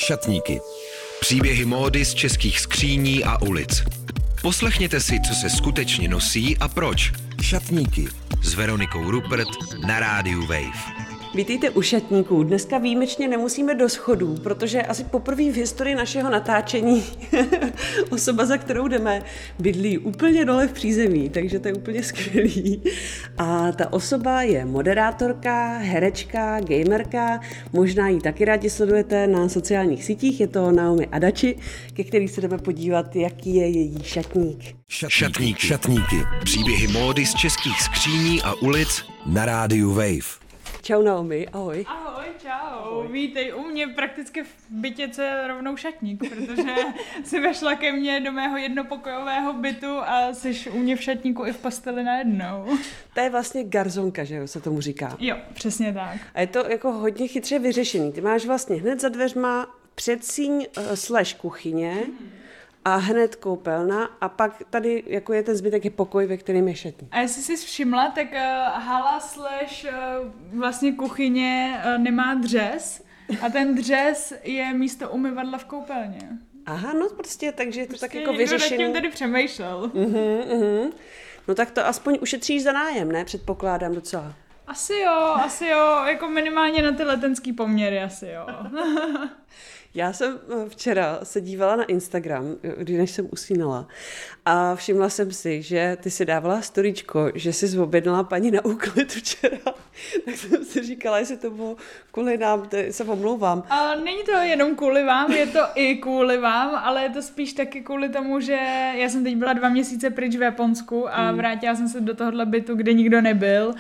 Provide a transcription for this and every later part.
Šatníky. Příběhy módy z českých skříní a ulic. Poslechněte si, co se skutečně nosí a proč. Šatníky s Veronikou Rupert na rádiu Wave. Vítejte u Šatníků. Dneska výjimečně nemusíme do schodů, protože asi poprvé v historii našeho natáčení osoba, za kterou jdeme, bydlí úplně dole v přízemí, takže to je úplně skvělý. A ta osoba je moderátorka, herečka, gamerka, možná ji taky rádi sledujete na sociálních sítích, je to Naomi Adachi, ke který se jdeme podívat, jaký je její šatník. Šatníky. Příběhy módy z českých skříní a ulic na rádiu Wave. Čau Naomi, ahoj. Ahoj, čau. Vítej u mě prakticky v bytě, co je rovnou šatník, protože jsi vešla ke mně do mého jednopokojového bytu a jsi u mě v šatníku i v posteli najednou. To je vlastně garzonka, že jo, se tomu říká. Jo, přesně tak. A je to jako hodně chytře vyřešený. Ty máš vlastně hned za dveřma předsíň / kuchyně a hned koupelna a pak tady jako je ten zbytek je pokoj, ve kterém je šatník. A jestli jsi všimla, tak hala / vlastně kuchyně nemá dřez a ten dřez je místo umyvadla v koupelně. Aha, no prostě, takže je to prostě tak jako vyřešený. Někdo nad tím tady přemýšlel. No tak to aspoň ušetříš za nájem, ne? Předpokládám docela. Asi jo, jako minimálně na ty letenský poměry, asi jo. Já jsem včera se dívala na Instagram, když jsem usínala a všimla jsem si, že ty si dávala storíčko, že jsi objednala paní na úklid včera. Tak jsem si říkala, jestli to bylo kvůli nám, se omlouvám. Není to jenom kvůli vám, je to i kvůli vám, ale je to spíš taky kvůli tomu, že já jsem teď byla 2 měsíce pryč v Japonsku a vrátila jsem se do tohohle bytu, kde nikdo nebyl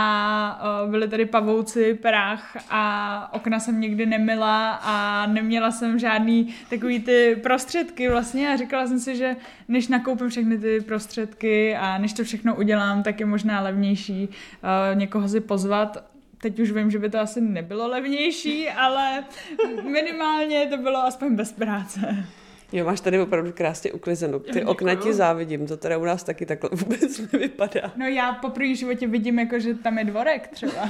a byly tady pavouci, prach a okna jsem nikdy nemyla a neměla jsem žádný takový ty prostředky vlastně a říkala jsem si, že než nakoupím všechny ty prostředky a než to všechno udělám, tak je možná levnější někoho si pozvat. Teď už vím, že by to asi nebylo levnější, ale minimálně to bylo aspoň bez práce. Jo, máš tady opravdu krásně uklizeno. Ty okna ti závidím, to teda u nás taky takhle vůbec nevypadá. No já poprvé v životě vidím, jako, že tam je dvorek třeba.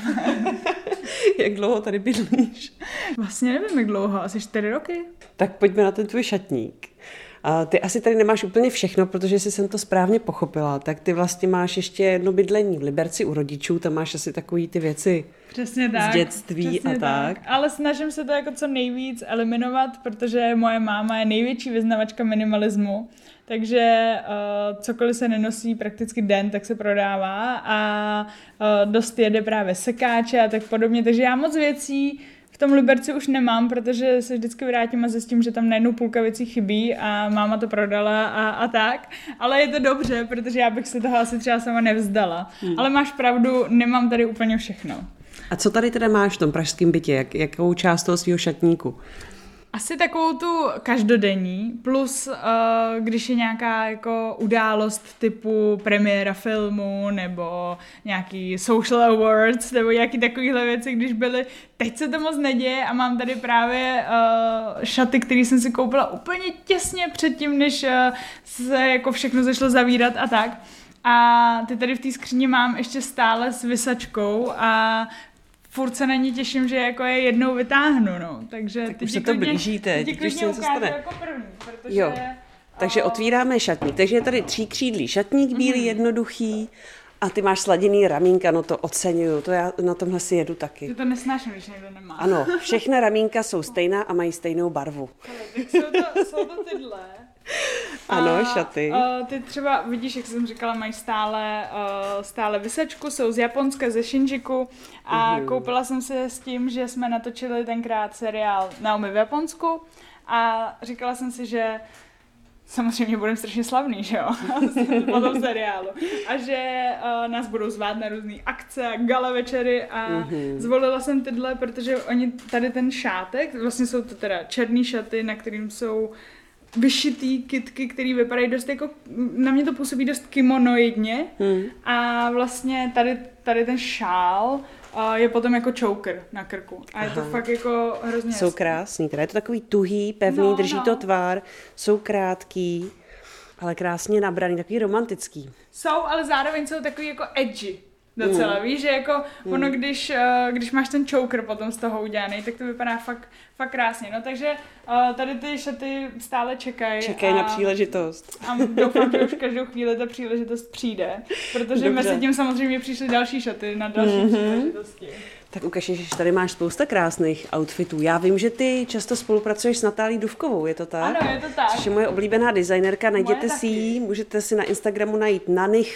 Jak dlouho tady bydlíš? Vlastně nevím, jak dlouho, asi 4 roky. Tak pojďme na ten tvůj šatník. A ty asi tady nemáš úplně všechno, protože jestli jsem to správně pochopila, tak ty vlastně máš ještě jedno bydlení v Liberci u rodičů, tam máš asi takový ty věci přesně tak, z dětství a tak. Ale snažím se to jako co nejvíc eliminovat, protože moje máma je největší vyznavačka minimalismu, takže cokoliv se nenosí prakticky den, tak se prodává a dost jede právě sekáče a tak podobně, takže já moc věcí v tom Liberci už nemám, protože se vždycky vrátím a zjistím, že tam najednou půlka věcí chybí a máma to prodala a tak. Ale je to dobře, protože já bych se toho asi třeba sama nevzdala. Ale máš pravdu, nemám tady úplně všechno. A co tady teda máš v tom pražském bytě? Jakou část toho svého šatníku? Asi takovou tu každodenní, plus když je nějaká jako událost typu premiéra filmu, nebo nějaký social awards, nebo nějaký takovýhle věci, když byly. Teď se to moc neděje a mám tady právě šaty, které jsem si koupila úplně těsně předtím, než se jako všechno začalo zavírat a tak. A ty tady v té skříni mám ještě stále s visačkou a furt se na ní těším, že jako je jednou vytáhnu, no. Takže tak už se to blíží teď už se něco stane. Jako první, protože jo. Takže otvíráme šatník. Takže je tady 3křídlý šatník, bílý, jednoduchý. A ty máš sladěný ramínka, no to oceňuju, to já na tomhle si jedu taky. Ty to nesnáším, když někdo nemá. Ano, všechny ramínka jsou stejná a mají stejnou barvu. Tak jsou to tyhle. Ano, šaty. Ty třeba vidíš, jak jsem říkala, mají stále visačku, jsou z Japonska, ze Shinjuku a koupila jsem si s tím, že jsme natočili tenkrát seriál Naomi v Japonsku a říkala jsem si, že samozřejmě budeme strašně slavný, že jo, po tom seriálu. A že nás budou zvát na různé akce a gala večery a zvolila jsem tyhle, protože oni tady ten šátek, vlastně jsou to teda černý šaty, na kterým jsou vyšitý kytky, který vypadají dost jako, na mě to působí dost kimonoidně a vlastně tady ten šál je potom jako choker na krku a je to fakt jako hrozně jsou krásný, teda je to takový tuhý, pevný, drží to tvar, jsou krátký, ale krásně nabraný, takový romantický. Jsou, ale zároveň jsou takový jako edgy. docela, víš, že jako ono, když máš ten choker potom z toho udělaný, tak to vypadá fakt krásně, no takže tady ty šaty stále čekají na příležitost. A doufám, že už každou chvíli ta příležitost přijde, protože mezi tím samozřejmě přišly další šaty na další příležitosti. Tak ukaž, že tady máš spousta krásných outfitů. Já vím, že ty často spolupracuješ s Natálí Dufkovou, je to tak? Ano, je to tak. Což je moje oblíbená designerka, najděte si ji, můžete si na Instagramu najít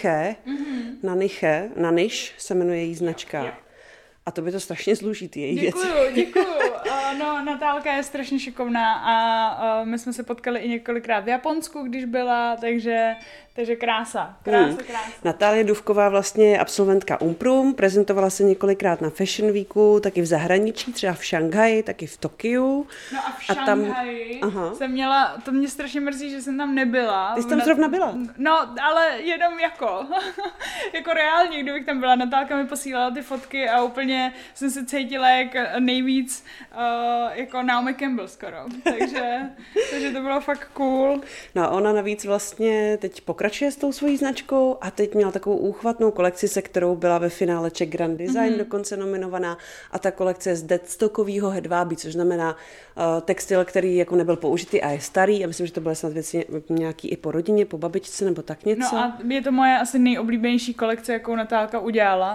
Naniš se jmenuje její značka. Jo. A to by to strašně zluží, ty její věci. Děkuju. No, Natálka je strašně šikovná a my jsme se potkali i několikrát v Japonsku, když byla, takže krása. Natálie Dufková vlastně je absolventka Umprum, prezentovala se několikrát na Fashion Weeku, taky v zahraničí, třeba v Šanghaji, taky v Tokiu. No a v Šanghaji jsem měla, to mě strašně mrzí, že jsem tam nebyla. Ty jsi tam zrovna byla? No, ale jenom jako reálně, kdybych tam byla. Natálka mi posílala ty fotky a úplně jsem se cítila jak nejvíc jako Naomi Campbell skoro. Takže to bylo fakt cool. No a ona navíc vlastně teď pokračuje s tou svojí značkou a teď měla takovou úchvatnou kolekci, se kterou byla ve finále Czech Grand Design dokonce nominovaná a ta kolekce je z deadstockového hedvábí, což znamená textil, který jako nebyl použitý a je starý. Já myslím, že to bylo snad věci nějaký i po rodině, po babičce nebo tak něco. No a je to moje asi nejoblíbenější kolekce, jakou Natálka udělala.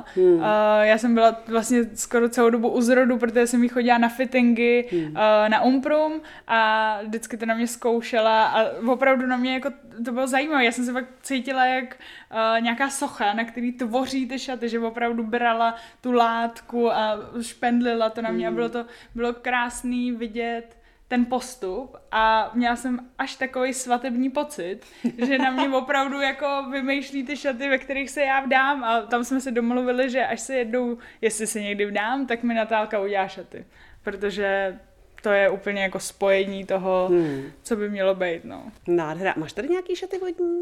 Já jsem byla vlastně skoro celou dobu u zrodu, protože jsem jí chodila na fittingy na Umprum a vždycky to na mě zkoušela a opravdu na mě jako to bylo zajímavé. Já jsem se fakt cítila jak nějaká socha, na který tvoří ty šaty, že opravdu brala tu látku a špendlila to na mě a bylo krásný vidět ten postup a měla jsem až takový svatební pocit, že na mě opravdu jako vymýšlí ty šaty, ve kterých se já vdám a tam jsme se domluvili, že až se jednou, jestli se někdy vdám, tak mi Natálka udělá šaty, protože to je úplně jako spojení toho, co by mělo být, no. Nádhera. Máš tady nějaký šaty vodní?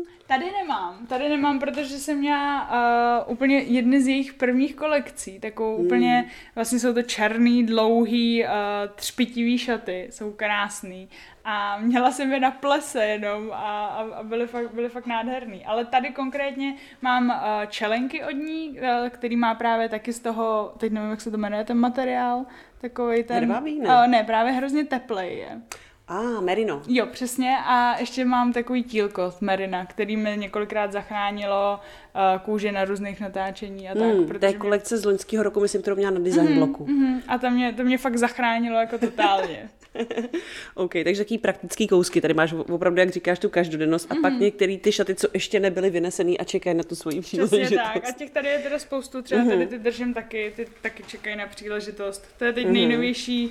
Tady nemám, protože jsem měla úplně jedny z jejich prvních kolekcí, takovou úplně, vlastně jsou to černý, dlouhý, třpitivý šaty, jsou krásný. A měla jsem je na plese jenom a byly fakt nádherný. Ale tady konkrétně mám čelenky od ní, který má právě taky z toho, teď nevím, jak se to jmenuje, ten materiál, takovej ten... Hedvábí, ne? Ne, právě hrozně teplej je. Merino. Jo, přesně. A ještě mám takový tílko z Merina, který mi několikrát zachránilo kůže na různých natáčení a tak. To je kolekce z loňského roku, myslím, kterou měla na design bloku. A to mě fakt zachránilo jako totálně. OK, takže taký praktický kousky. Tady máš opravdu, jak říkáš, tu každodennost a pak některý ty šaty, co ještě nebyly vynesený a čekají na tu svoji příležitost. Přesně tak. A těch tady je teda spoustu, třeba tady ty držím taky, ty taky čekají na příležitost. To je teď nejnovější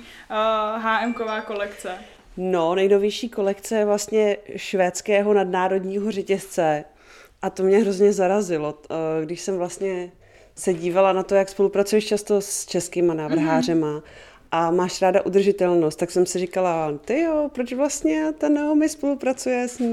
HM-ková kolekce. No, nejnovější kolekce je vlastně švédského nadnárodního řetězce a to mě hrozně zarazilo, když jsem vlastně se dívala na to, jak spolupracuješ často s českýma návrhářema a máš ráda udržitelnost, tak jsem si říkala, proč vlastně ta Naomi spolupracuje s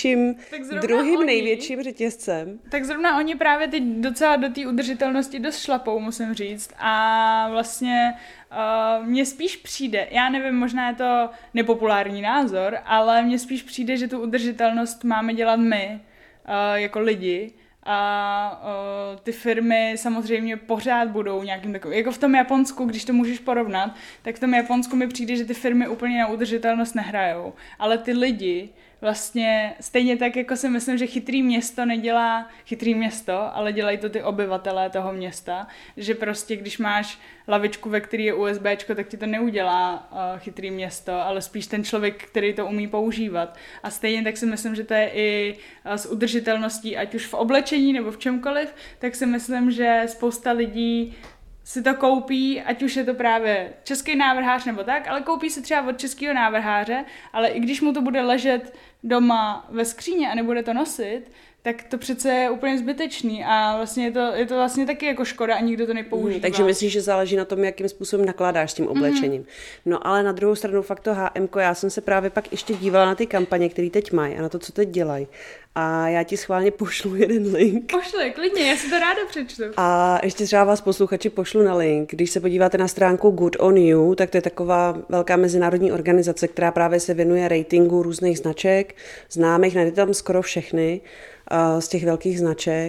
největším řetězcem. Tak zrovna oni právě teď docela do té udržitelnosti dost šlapou, musím říct. A vlastně mně spíš přijde, já nevím, možná je to nepopulární názor, ale mně spíš přijde, že tu udržitelnost máme dělat my, jako lidi, a ty firmy samozřejmě pořád budou nějakým takovým, jako v tom Japonsku, když to můžeš porovnat, tak v tom Japonsku mi přijde, že ty firmy úplně na udržitelnost nehrajou, ale ty lidi vlastně stejně tak, jako si myslím, že chytrý město nedělá chytrý město, ale dělají to ty obyvatelé toho města, že prostě když máš lavičku, ve který je USBčko, tak ti to neudělá chytrý město, ale spíš ten člověk, který to umí používat. A stejně tak si myslím, že to je i s udržitelností, ať už v oblečení nebo v čemkoliv, tak si myslím, že spousta lidí si to koupí, ať už je to právě český návrhář nebo tak, ale koupí si třeba od českého návrháře, ale i když mu to bude ležet doma ve skříně a nebude to nosit, tak to přece je úplně zbytečný a vlastně je to vlastně taky jako škoda a nikdo to nepoužívá. Takže myslíš, že záleží na tom, jakým způsobem nakládáš s tím oblečením. No ale na druhou stranu fakt to HMko, já jsem se právě pak ještě dívala na ty kampaně, které teď mají a na to, co teď dělají. A já ti schválně pošlu jeden link. Pošli, klidně, já si to ráda přečtu. A ještě třeba vás posluchači pošlu na link. Když se podíváte na stránku Good on You, tak to je taková velká mezinárodní organizace, která právě se věnuje ratingu různých značek, známých, najdete tam skoro všechny z těch velkých značek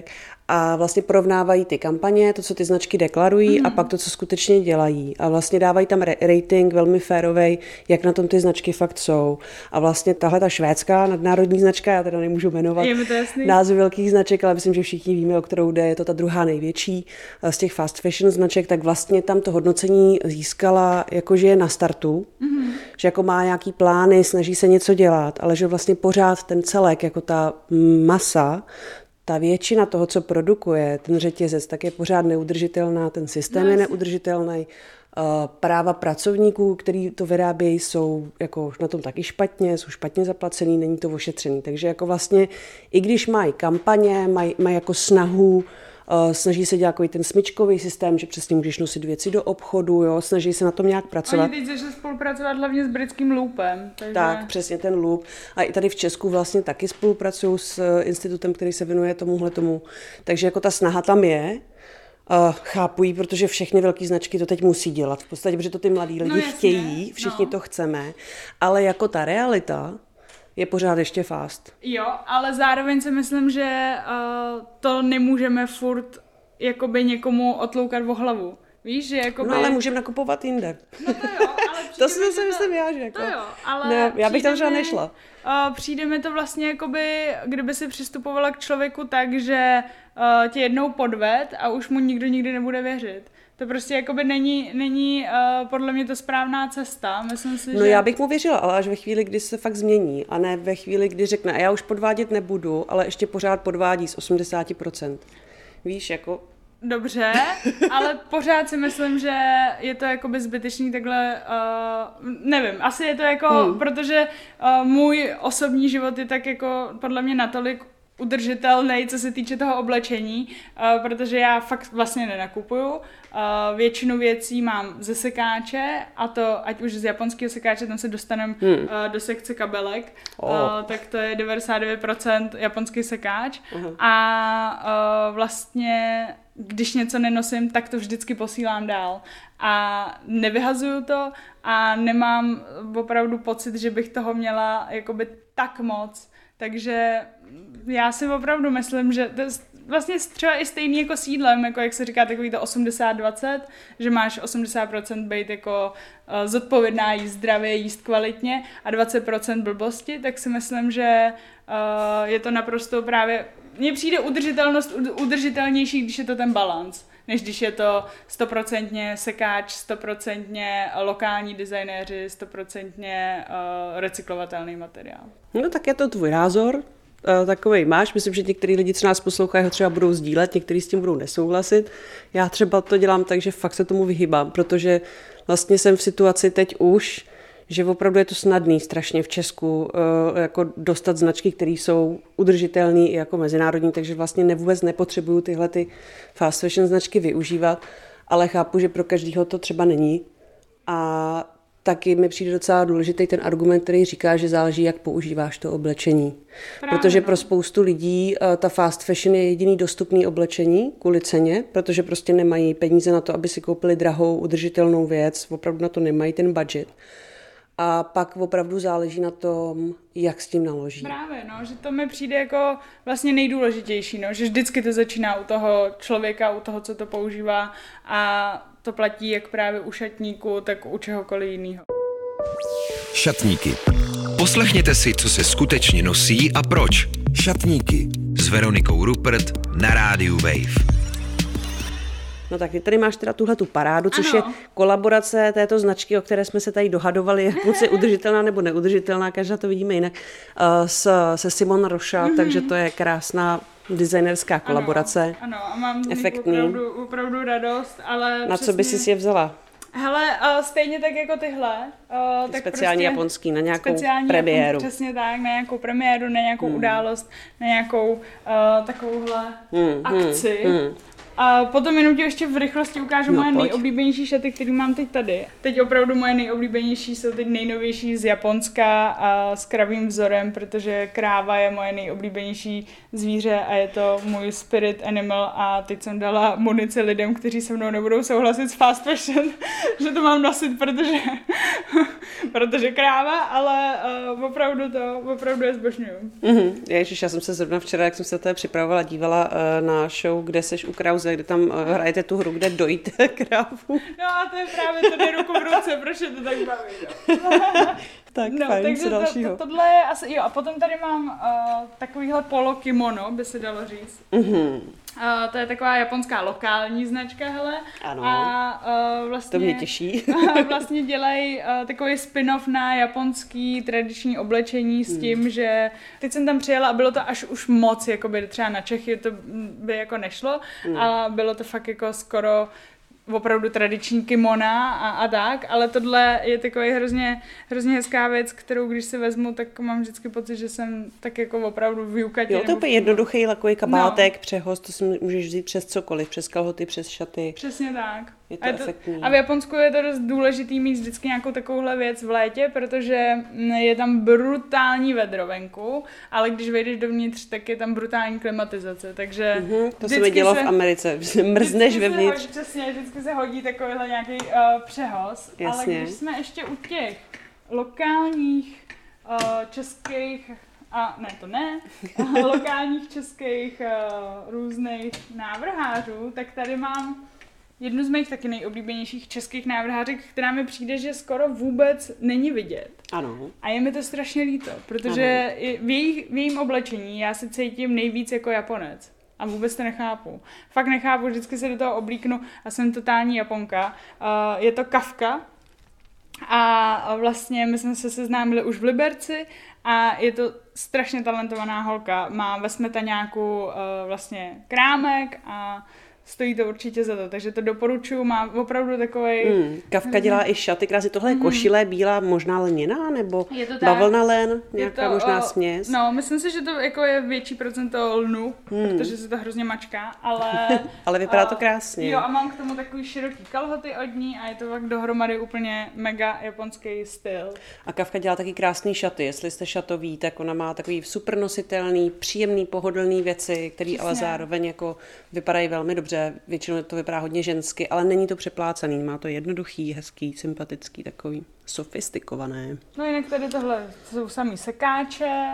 a vlastně porovnávají ty kampaně, to, co ty značky deklarují a pak to, co skutečně dělají. A vlastně dávají tam rating velmi férovej, jak na tom ty značky fakt jsou. A vlastně tahle ta švédská nadnárodní značka, já teda nemůžu jmenovat názvy velkých značek, ale myslím, že všichni víme, o kterou jde, je to ta druhá největší z těch fast fashion značek, tak vlastně tam to hodnocení získala, jakože je na startu, že jako má nějaký plány, snaží se něco dělat, ale že vlastně pořád ten celek, jako ta masa, ta většina toho, co produkuje, ten řetězec, tak je pořád neudržitelná, ten systém je neudržitelný. Práva pracovníků, který to vyrábějí, jsou jako na tom taky špatně, jsou špatně zaplacený, není to ošetřený. Takže jako vlastně, i když mají kampaně, mají jako snahu, snaží se dělat takový ten smyčkový systém, že přesně můžeš nosit věci do obchodu, jo, snaží se na tom nějak pracovat. Oni teď začali spolupracovat hlavně s britským Loopem. Takže... Tak, přesně ten Loop. A i tady v Česku vlastně taky spolupracují s institutem, který se věnuje tomu. Takže jako ta snaha tam je. Chápu jí, protože všechny velké značky to teď musí dělat. V podstatě, protože to ty mladí lidi chtějí, všichni to chceme, ale jako ta realita je pořád ještě fast. Jo, ale zároveň si myslím, že to nemůžeme furt jakoby někomu otloukat o hlavu. Víš, že jakoby... No ale můžeme nakupovat jinde. No to jo, ale to si zase myslím já, že jako... To jo, ale... Ne, já bych tam třeba nešla. Přijde mi to vlastně jakoby, kdyby si přistupovala k člověku tak, že tě jednou podved a už mu nikdo nikdy nebude věřit. To prostě jakoby není podle mě to správná cesta. Myslím si, no já bych mu věřila, ale až ve chvíli, kdy se fakt změní a ne ve chvíli, kdy řekne a já už podvádět nebudu, ale ještě pořád podvádí z 80%. Víš, jako... Dobře, ale pořád si myslím, že je to jakoby zbytečný takhle, nevím, asi je to jako, protože můj osobní život je tak jako podle mě natolik udržitelný, co se týče toho oblečení, protože já fakt vlastně nenakupuju. Většinu věcí mám ze sekáče, a to ať už z japonského sekáče, tam se dostaneme do sekce kabelek, tak to je 99% japonský sekáč. A vlastně když něco nenosím, tak to vždycky posílám dál. A nevyhazuju to a nemám opravdu pocit, že bych toho měla jakoby tak moc. Takže já si opravdu myslím, že to je vlastně třeba i stejný jako s jídlem, jako jak se říká takový to 80-20, že máš 80% být jako zodpovědná, jíst zdravě, jíst kvalitně a 20% blbosti, tak si myslím, že je to naprosto právě, mně přijde udržitelnost udržitelnější, když je to ten balans, než když je to 100% sekáč, 100% lokální designéři, 100% recyklovatelný materiál. No tak je to tvůj názor, takovej máš. Myslím, že některý lidi, co nás poslouchají, ho třeba budou sdílet, některý s tím budou nesouhlasit. Já třeba to dělám tak, že fakt se tomu vyhýbám, protože vlastně jsem v situaci teď už, že opravdu je to snadný strašně v Česku jako dostat značky, které jsou udržitelné i jako mezinárodní, takže vlastně vůbec nepotřebuju tyhle ty fast fashion značky využívat, ale chápu, že pro každého to třeba není. A taky mi přijde docela důležitý ten argument, který říká, že záleží, jak používáš to oblečení. Právě, protože pro spoustu lidí ta fast fashion je jediný dostupný oblečení kvůli ceně, protože prostě nemají peníze na to, aby si koupili drahou, udržitelnou věc, opravdu na to nemají ten budget. A pak opravdu záleží na tom, jak s tím naloží. Právě, no, že to mi přijde jako vlastně nejdůležitější, no, že vždycky to začíná u toho člověka, u toho, co to používá a to platí jak právě u šatníku, tak u čehokoliv jiného. Šatníky. Poslechněte si, co se skutečně nosí a proč. Šatníky s Veronikou Rupert na rádiu Wave. No tak ty tady máš teda tuhletu parádu, což je kolaborace této značky, o které jsme se tady dohadovali, jak moc je udržitelná nebo neudržitelná, každá to vidíme jinak, se Simone Rocha, takže to je krásná designerská kolaborace. Ano, a mám efektní. Opravdu radost, ale na přesně... co by si je vzala? Hele, stejně tak jako tyhle. Tak speciální prostě japonský, na nějakou premiéru. Přesně tak, na nějakou premiéru, na nějakou událost, na nějakou takovouhle akci. A potom jenom ti ještě v rychlosti ukážu moje nejoblíbenější šaty, které mám teď tady. Teď opravdu moje nejoblíbenější jsou teď nejnovější z Japonska a s kravým vzorem, protože kráva je moje nejoblíbenější zvíře a je to můj spirit animal a teď jsem dala munici lidem, kteří se mnou nebudou souhlasit s fast fashion, že to mám nosit, protože kráva, ale opravdu je zbožňuju. Ježiš, já jsem se zrovna včera, jak jsem se tady připravovala, dívala na show, kde seš u Krause, kde tam hrajete tu hru, kde dojíte krávu. No a to je právě to jde ruku v ruce, proč je to tak baví, Tak no, fajn, takže co dalšího? Tohle je asi, jo, a potom tady mám takovýhle polo kimono, by se dalo říct. To je taková japonská lokální značka, hele. Ano, a vlastně, to mě těší. Vlastně dělají takový spin-off na japonský tradiční oblečení s tím, že teď jsem tam přijela a bylo to až už moc, jakoby třeba na Čechy to by jako nešlo, a bylo to fakt jako skoro opravdu tradiční kimona a tak, ale tohle je takový hrozně hezká věc, kterou když si vezmu, tak mám vždycky pocit, že jsem tak jako opravdu v jukatě. Jo, to je úplně jednoduchý lakový kabátek, přehoz, to si můžeš vzít přes cokoliv, přes kalhoty, přes šaty. Přesně tak. Je to efektní. A v Japonsku je to dost důležitý mít vždycky nějakou takovouhle věc v létě, protože je tam brutální vedro venku, ale když vejdeš dovnitř, tak je tam brutální klimatizace, takže to se mi dělo v Americe, mrzneš vevnitř. Vždycky se hodí takovýhle nějaký přehoz, Jasně. Ale když jsme ještě u těch lokálních českých lokálních českých různých návrhářů, tak tady mám jednu z mých taky nejoblíbenějších českých návrhářek, která mi přijde, že skoro vůbec není vidět. Ano. A je mi to strašně líto, protože v jejím oblečení já se cítím nejvíc jako Japonec. A vůbec to nechápu. Fakt nechápu, vždycky se do toho oblíknu a jsem totální Japonka. Je to Kafka a vlastně my jsme se seznámili už v Liberci a je to strašně talentovaná holka. Má ve Smetaňáku vlastně krámek a stojí to určitě za to, takže to doporučuji, má opravdu takovej... Kafka dělá i šaty, krásně. Tohle je košile, bílá, možná lenina, nebo bavlna len, nějaká možná směs. No, myslím si, že to jako je větší procento lnu, protože se to hrozně mačká, ale... ale vypadá to krásně. Jo, a mám k tomu takový široký kalhoty od ní a je to fakt dohromady úplně mega japonský styl. A Kafka dělá taky krásný šaty, jestli jste šatový, tak ona má takový super nositelný, příjemný, pohodlný věci, které ale zároveň jako vypadají velmi dobře. Většinou to vypadá hodně žensky, ale není to přeplácaný, má to jednoduchý, hezký, sympatický, takový sofistikované. No jinak tady tohle jsou samý sekáče,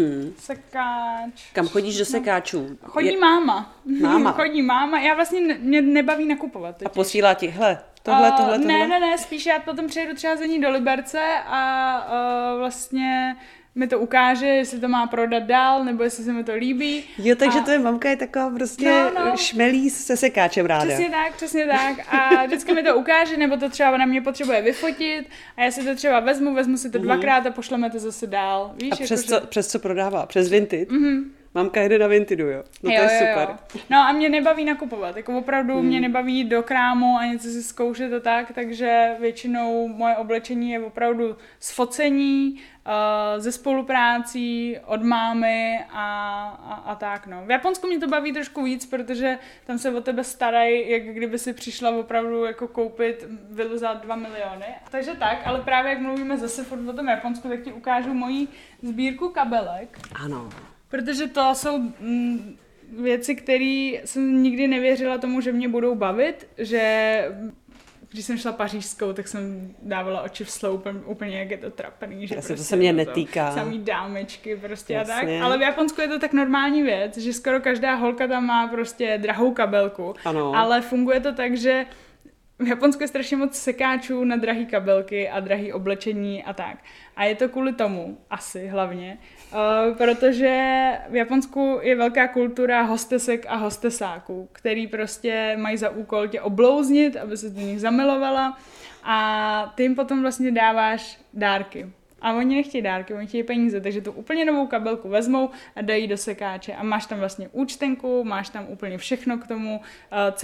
sekáč. Kam chodíš do sekáčů? Chodí máma. Chodí máma, já vlastně mě nebaví nakupovat. Totiž. A posílá ti, hele, tohle. Ne, spíš já potom přijedu třeba za ní do Liberce a vlastně mi to ukáže, jestli to má prodat dál, nebo jestli se mi to líbí. Jo, takže tvoje mamka je taková prostě šmelí se sekáčem ráda. Přesně tak. A vždycky mi to ukáže, nebo to třeba na mě potřebuje vyfotit a já si to třeba vezmu si to dvakrát a pošleme to zase dál. Víš, a přes co prodává? Přes Vinted? Mamka jede na Vintedu, jo? No to je super. Jo. No a mě nebaví nakupovat, jako opravdu mě nebaví jít do krámu a něco si zkoušet a tak, takže většinou moje oblečení je opravdu z focení, ze spoluprácí, od mámy a tak, no. V Japonsku mě to baví trošku víc, protože tam se o tebe starají, jak kdyby si přišla opravdu jako koupit vilu za 2 miliony. Takže tak, ale právě jak mluvíme zase furt o tom Japonsku, tak ti ukážu moji sbírku kabelek. Ano. Protože to jsou věci, které jsem nikdy nevěřila tomu, že mě budou bavit, že když jsem šla pařížskou, tak jsem dávala oči v sloup, úplně jak je to trapný, že prostě to se mě netýká. Samý dámečky prostě a tak. Ale v Japonsku je to tak normální věc, že skoro každá holka tam má prostě drahou kabelku. Ano. Ale funguje to tak, že v Japonsku je strašně moc sekáčů na drahý kabelky a drahý oblečení a tak. A je to kvůli tomu, asi hlavně, protože v Japonsku je velká kultura hostesek a hostesáků, který prostě mají za úkol tě oblouznit, aby se do nich zamilovala a ty jim potom vlastně dáváš dárky. A oni nechtějí dárky, oni chtějí peníze, takže tu úplně novou kabelku vezmou a dají do sekáče a máš tam vlastně účtenku, máš tam úplně všechno k tomu,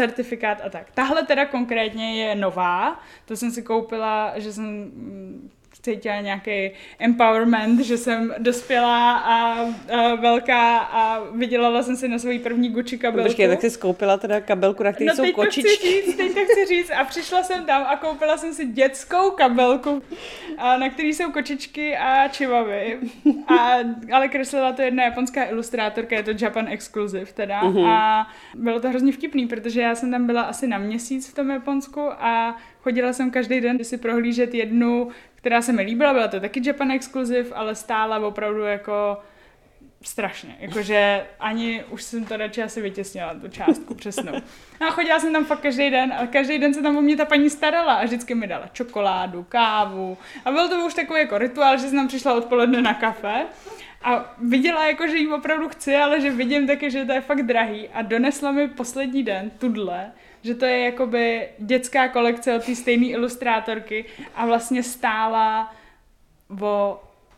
certifikát a tak. Tahle teda konkrétně je nová, to jsem si koupila, že jsem cítila nějaký empowerment, že jsem dospělá a velká a vydělala jsem si na svoji první Gucci kabelku. Počkej, tak jsi skoupila teda kabelku, na který jsou kočičky. Teď to chci říct a přišla jsem tam a koupila jsem si dětskou kabelku, na který jsou kočičky a čivavy. Ale kreslila to jedna japonská ilustrátorka, je to Japan Exclusive teda. A bylo to hrozně vtipný, protože já jsem tam byla asi na měsíc v tom Japonsku a chodila jsem každý den si prohlížet jednu, která se mi líbila, byla to taky Japan Exclusive, ale stála opravdu jako strašně, jakože ani už jsem to radši asi vytěsnila, tu částku přesnou. No a chodila jsem tam fakt každý den a každý den se tam o mě ta paní starala a vždycky mi dala čokoládu, kávu a byl to už takový jako rituál, že jsem tam přišla odpoledne na kafe a viděla jako, že jí opravdu chci, ale že vidím taky, že to je fakt drahý a donesla mi poslední den tudle, že to je jakoby dětská kolekce od té stejné ilustrátorky a vlastně stála o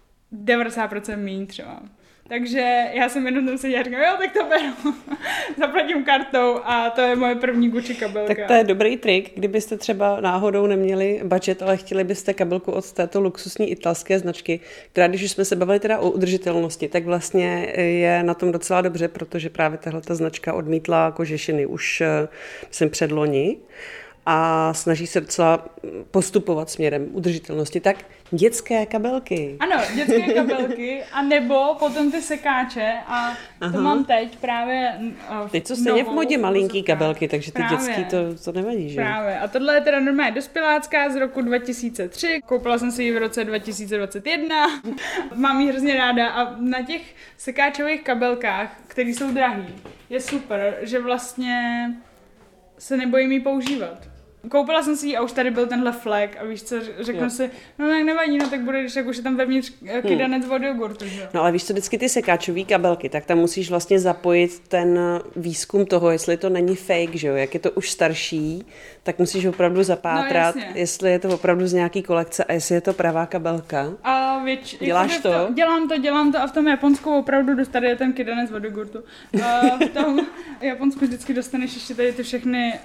90% míň třeba. Takže já jsem jenom tam seděla a říkám, jo, tak to beru. Zaplatím kartou a to je moje první Gucci kabelka. Tak to je dobrý trik, kdybyste třeba náhodou neměli budget, ale chtěli byste kabelku od této luxusní italské značky, která, když už jsme se bavili teda o udržitelnosti, tak vlastně je na tom docela dobře, protože právě tahleta značka odmítla kožešiny už jsem předloni a snaží se docela postupovat směrem udržitelnosti. Tak dětské kabelky. Ano, dětské kabelky, a nebo potom ty sekáče a to mám teď právě teď co stejně v modě malinký kabelky, takže ty dětský to nevadí, že? Právě. A tohle je teda normálně dospělácká z roku 2003. Koupila jsem si ji v roce 2021. Mám ji hrozně ráda a na těch sekáčových kabelkách, které jsou drahý, je super, že vlastně se nebojím jí používat. Koupila jsem si ji a už tady byl tenhle flek a víš co, řeknu si, no tak nevadí, no tak bude, když jak už je tam vevnitř kydanec od jogurtu, že? No ale víš co, vždycky ty sekáčový kabelky, tak tam musíš vlastně zapojit ten výzkum toho, jestli to není fake, že jo, jak je to už starší, tak musíš opravdu zapátrat, jestli je to opravdu z nějaký kolekce a jestli je to pravá kabelka. A děláš to? Dělám to a v tom Japonsku opravdu, tady je ten kydanec od jogurtu. V tom Japonsku vždycky dostaneš ještě tady ty všechny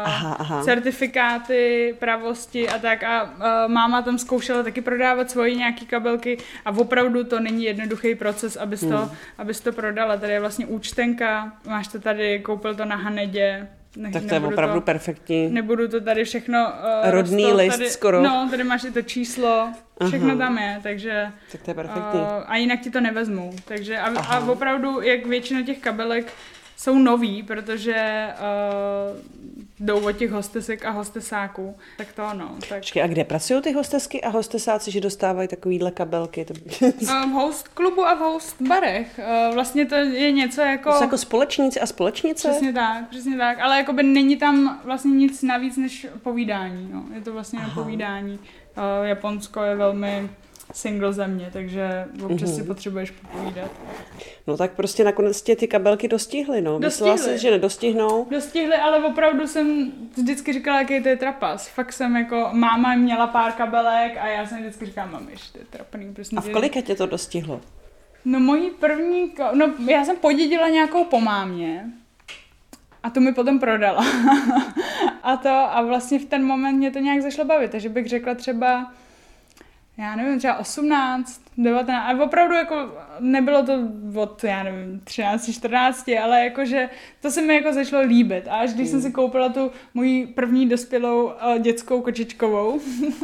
certifikáty, pravosti a tak a máma tam zkoušela taky prodávat svoji nějaký kabelky a opravdu to není jednoduchý proces, abys to prodala. Tady je vlastně účtenka, máš to tady, koupil to na Hanedě. Tak to je opravdu perfektní. Nebudu to tady všechno... rodný list tady, skoro. No, tady máš i to číslo, všechno tam je, takže... Tak to je perfektní. A jinak ti to nevezmou. Takže a opravdu, jak většina těch kabelek jsou nový, protože jdou od těch hostesek a hostesáků, tak to ano. Tak... Počkej, a kde pracují ty hostesky a hostesáci, že dostávají takovýhle kabelky? V host klubu a v host barech. Vlastně to je něco jako... To jsou jako společníci a společnice? Přesně tak, ale jakoby není tam vlastně nic navíc než povídání. No. Je to vlastně na povídání. Japonsko je velmi single země, takže občas si potřebuješ popovídat. No tak prostě nakonec tě ty kabelky dostihly, no. Myslela jsi, že nedostihnou? Dostihly, ale opravdu jsem vždycky říkala, jaký to je trapas. Fakt jsem jako, máma měla pár kabelek a já jsem vždycky říkala, mamiš, to je trapný. Prostě a v kolika tě to dostihlo? No mojí první, já jsem podědila nějakou po mámě a tu mi potom prodala. a vlastně v ten moment mě to nějak začalo bavit, takže bych řekla třeba já nevím, třeba 18, 19, a opravdu jako nebylo to od, já nevím, 13, 14, ale jakože to se mi jako začalo líbit. A až když jsem si koupila tu moji první dospělou dětskou kočičkovou,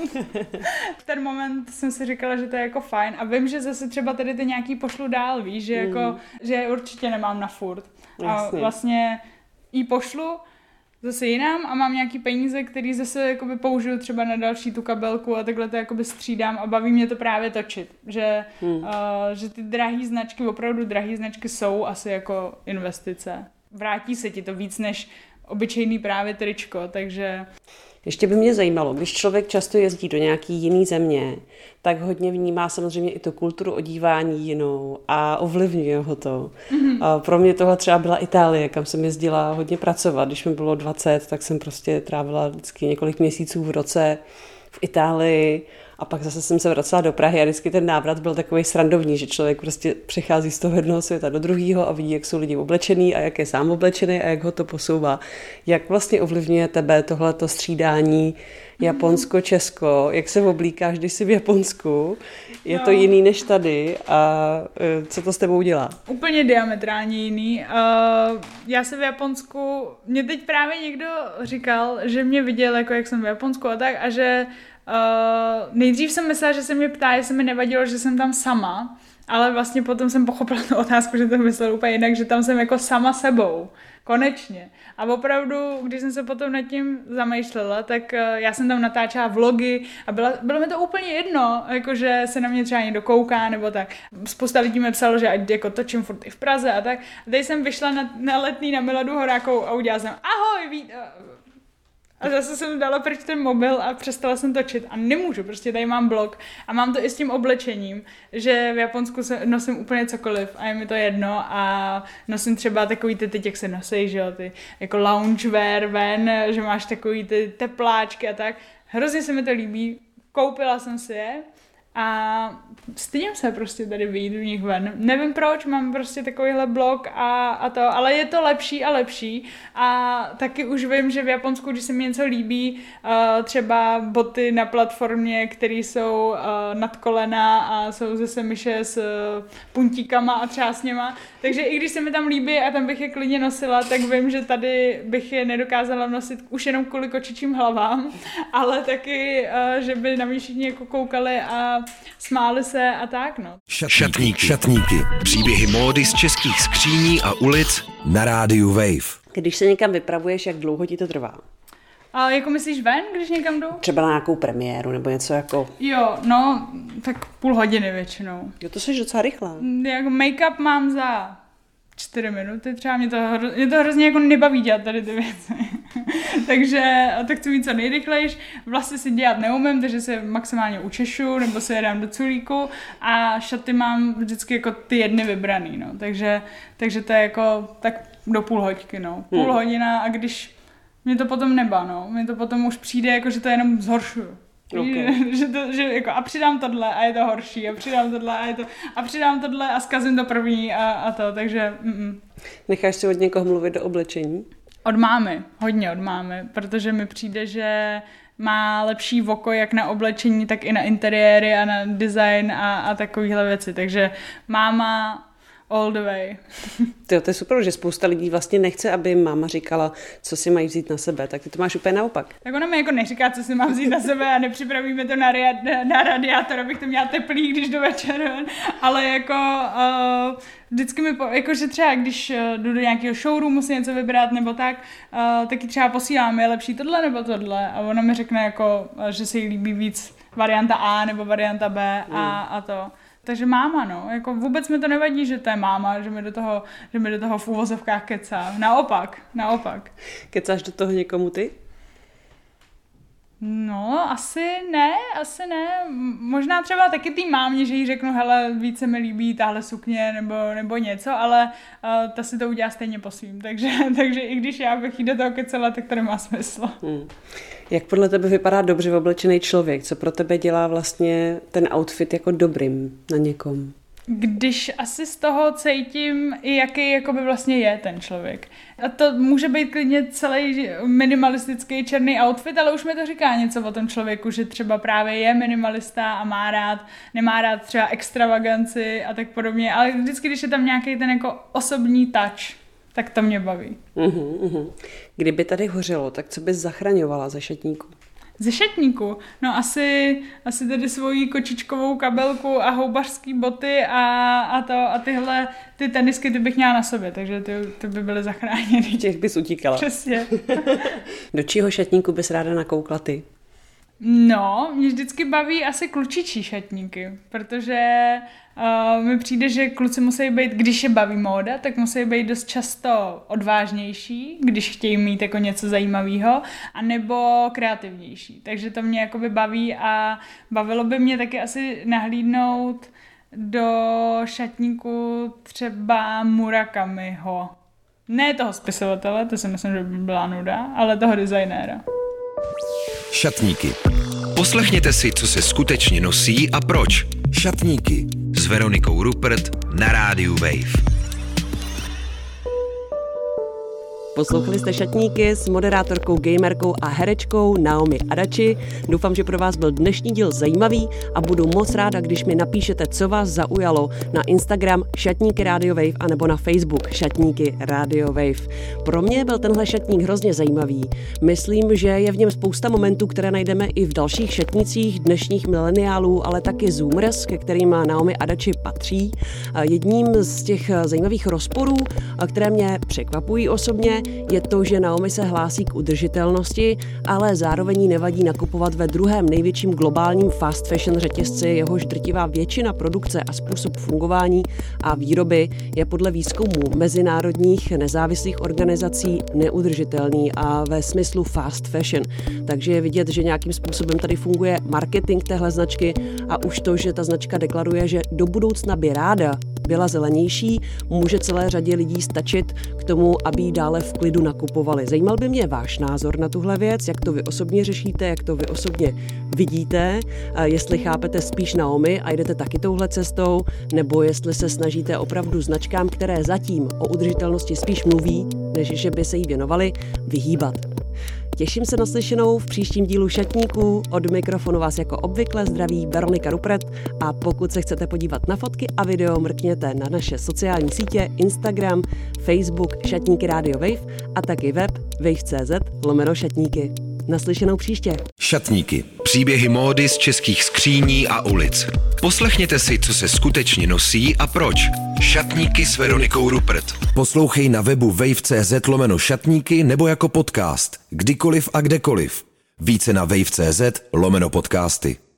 v ten moment jsem si říkala, že to je jako fajn. A vím, že zase třeba tady ty nějaký pošlu dál, víš, že jako, že určitě nemám na furt. A vlastně jí pošlu zase jinam a mám nějaký peníze, který zase jakoby použiju třeba na další tu kabelku a takhle to jakoby střídám a baví mě to právě točit, že ty drahý značky, opravdu drahý značky jsou asi jako investice. Vrátí se ti to víc než obyčejný právě tričko, takže... Ještě by mě zajímalo, když člověk často jezdí do nějaký jiný země, tak hodně vnímá samozřejmě i tu kulturu odívání jinou a ovlivňuje ho to. A pro mě tohle třeba byla Itálie, kam jsem jezdila hodně pracovat. Když mi bylo 20, tak jsem prostě trávila vždycky několik měsíců v roce v Itálii A pak zase jsem se vracela do Prahy a vždycky ten návrat byl takový srandovní, že člověk prostě přechází z toho jednoho světa do druhého a vidí, jak jsou lidi oblečený a jak je sám oblečený a jak ho to posouvá. Jak vlastně ovlivňuje tebe tohleto střídání Japonsko-Česko, jak se oblíkáš, když jsi v Japonsku, je to jiný než tady a co to s tebou dělá? Úplně diametrálně jiný. Já se v Japonsku, mě teď právě někdo říkal, že mě viděl, jako jak jsem v Japonsku a tak, a že nejdřív jsem myslela, že se mě ptá, jestli mi nevadilo, že jsem tam sama, ale vlastně potom jsem pochopila tu otázku, že to myslel úplně jinak, že tam jsem jako sama sebou. Konečně. A opravdu, když jsem se potom nad tím zamýšlela, tak já jsem tam natáčela vlogy a bylo mi to úplně jedno, jakože se na mě třeba někdo kouká nebo tak. Spousta lidí mi psalo, že ať jako točím furt i v Praze a tak. A teď jsem vyšla na Letný na Miladu Horákovou a udělala jsem ahoj, a zase jsem dala pryč ten mobil a přestala jsem točit a nemůžu, prostě tady mám blog a mám to i s tím oblečením, že v Japonsku nosím úplně cokoliv a je mi to jedno a nosím třeba takový ty teď, jak se nosí, že jo, ty jako loungewear ven, že máš takový ty tepláčky a tak. Hrozně se mi to líbí, koupila jsem si je a stydím se prostě tady vyjít v nich ven. Nevím proč, mám prostě takovýhle blog a to, ale je to lepší a lepší a taky už vím, že v Japonsku, když se mi něco líbí, třeba boty na platformě, které jsou nad kolena a jsou ze semiše s puntíkama a třásněma, takže i když se mi tam líbí a tam bych je klidně nosila, tak vím, že tady bych je nedokázala nosit už jenom kvůli kočičím hlavám, ale taky, že by na mě všichni jako koukali a smáli se a tak, no. Šatníky. Příběhy módy z českých skříní a ulic na rádiu Wave. Když se někam vypravuješ, jak dlouho ti to trvá? A jako myslíš ven, když někam jdu? Třeba na nějakou premiéru nebo něco jako... Jo, no, tak půl hodiny většinou. Jo, to jsi docela rychlá. Jako make-up mám za 4 minuty, třeba mě to hrozně jako nebaví dělat tady ty věci. Takže to chci mít co nejrychlejš. Vlasy si dělat neumím, takže se maximálně učešu, nebo se jedám do culíku a šaty mám vždycky jako ty jedny vybraný, no. Takže to je jako tak do půl hoďky, no. Půl hodina a když mě to potom neba, no. Mě to potom už přijde, jako že to jenom zhoršuju. Okay. že jako a přidám tohle a je to horší a přidám tohle a je to a přidám tohle a zkazím to první a to, takže Necháš si od někoho mluvit do oblečení? Od mámy, hodně od mámy, protože mi přijde, že má lepší oko jak na oblečení, tak i na interiéry a na design a takovéhle věci, takže máma all the way. To je super, že spousta lidí vlastně nechce, aby máma říkala, co si mají vzít na sebe, tak ty to máš úplně naopak. Tak ona mi jako neříká, co si mám vzít na sebe a nepřipraví mi to na radiátor, abych to měla teplý, když do večera, ale jako vždycky mi, jakože třeba když jdu do nějakého showroomu si něco vybrat nebo tak, taky třeba posílám, je lepší tohle nebo tohle a ona mi řekne jako, že se jí líbí víc varianta A nebo varianta B a to. Takže máma, no, jako vůbec mi to nevadí, že to je máma, že mi do toho v úvozovkách kecá. Naopak. Kecáš do toho někomu ty? No, asi ne. Možná třeba taky tý mámě, že jí řeknu, hele, víc se mi líbí tahle sukně nebo něco, ale ta si to udělá stejně po svým. Takže i když já bych jí do toho kecela, tak to nemá smysl. Jak podle tebe vypadá dobře oblečený člověk? Co pro tebe dělá vlastně ten outfit jako dobrým na někom? Když asi z toho cítím, i jaký jakoby vlastně je ten člověk. A to může být klidně celý minimalistický černý outfit, ale už mi to říká něco o tom člověku, že třeba právě je minimalista a nemá rád třeba extravaganci a tak podobně, ale vždycky, když je tam nějaký ten jako osobní touch, tak to mě baví. Kdyby tady hořelo, tak co bys zachraňovala ze šatníku? Ze šatníku? No asi tedy svoji kočičkovou kabelku a houbařský boty a tyhle ty tenisky ty bych měla na sobě, takže ty by byly zachráněny. Těch bys utíkala. Přesně. Do čího šatníku bys ráda nakoukla ty? No, mě vždycky baví asi klučičí šatníky, protože mi přijde, že kluci musí být, když je baví móda, tak musí být dost často odvážnější, když chtějí mít jako něco zajímavého, anebo kreativnější. Takže to mě jakoby baví a bavilo by mě taky asi nahlídnout do šatníku třeba Murakamiho. Ne toho spisovatele, to si myslím, že by byla nuda, ale toho designéra. Šatníky. Poslechněte si, co se skutečně nosí a proč. Šatníky s Veronikou Rupert na rádiu Wave. Poslouchali jste Šatníky s moderátorkou, gamerkou a herečkou Naomi Adachi. Doufám, že pro vás byl dnešní díl zajímavý a budu moc ráda, když mi napíšete, co vás zaujalo na Instagram Šatníky Radio Wave anebo na Facebook Šatníky Radio Wave. Pro mě byl tenhle šatník hrozně zajímavý. Myslím, že je v něm spousta momentů, které najdeme i v dalších šatnicích dnešních mileniálů, ale taky zoomers, ke kterým Naomi Adachi patří. Jedním z těch zajímavých rozporů, které mě překvapují osobně, je to, že Naomi se hlásí k udržitelnosti, ale zároveň jí nevadí nakupovat ve druhém největším globálním fast fashion řetězci, jehož drtivá většina produkce a způsob fungování a výroby je podle výzkumů mezinárodních nezávislých organizací neudržitelný a ve smyslu fast fashion. Takže je vidět, že nějakým způsobem tady funguje marketing téhle značky a už to, že ta značka deklaruje, že do budoucna by ráda byla zelenější, může celé řadě lidí stačit k tomu, aby ji dále v klidu nakupovali. Zajímal by mě váš názor na tuhle věc, jak to vy osobně řešíte, jak to vy osobně vidíte, jestli chápete spíš Naomi a jdete taky touhle cestou, nebo jestli se snažíte opravdu značkám, které zatím o udržitelnosti spíš mluví, než že by se jí věnovali, vyhýbat. Těším se na slyšenou v příštím dílu Šatníků. Od mikrofonu vás jako obvykle zdraví Veronika Rupert a pokud se chcete podívat na fotky a video, mrkněte na naše sociální sítě Instagram, Facebook Šatníky Radio Wave a taky web wave.cz/šatníky. Naslyšenou příště. Šatníky. Příběhy módy z českých skříní a ulic. Poslechněte si, co se skutečně nosí a proč. Šatníky s Veronikou Rupert. Poslouchej na webu wave.cz/šatníky nebo jako podcast. Kdykoliv a kdekoliv. Více na wave.cz/podcasty.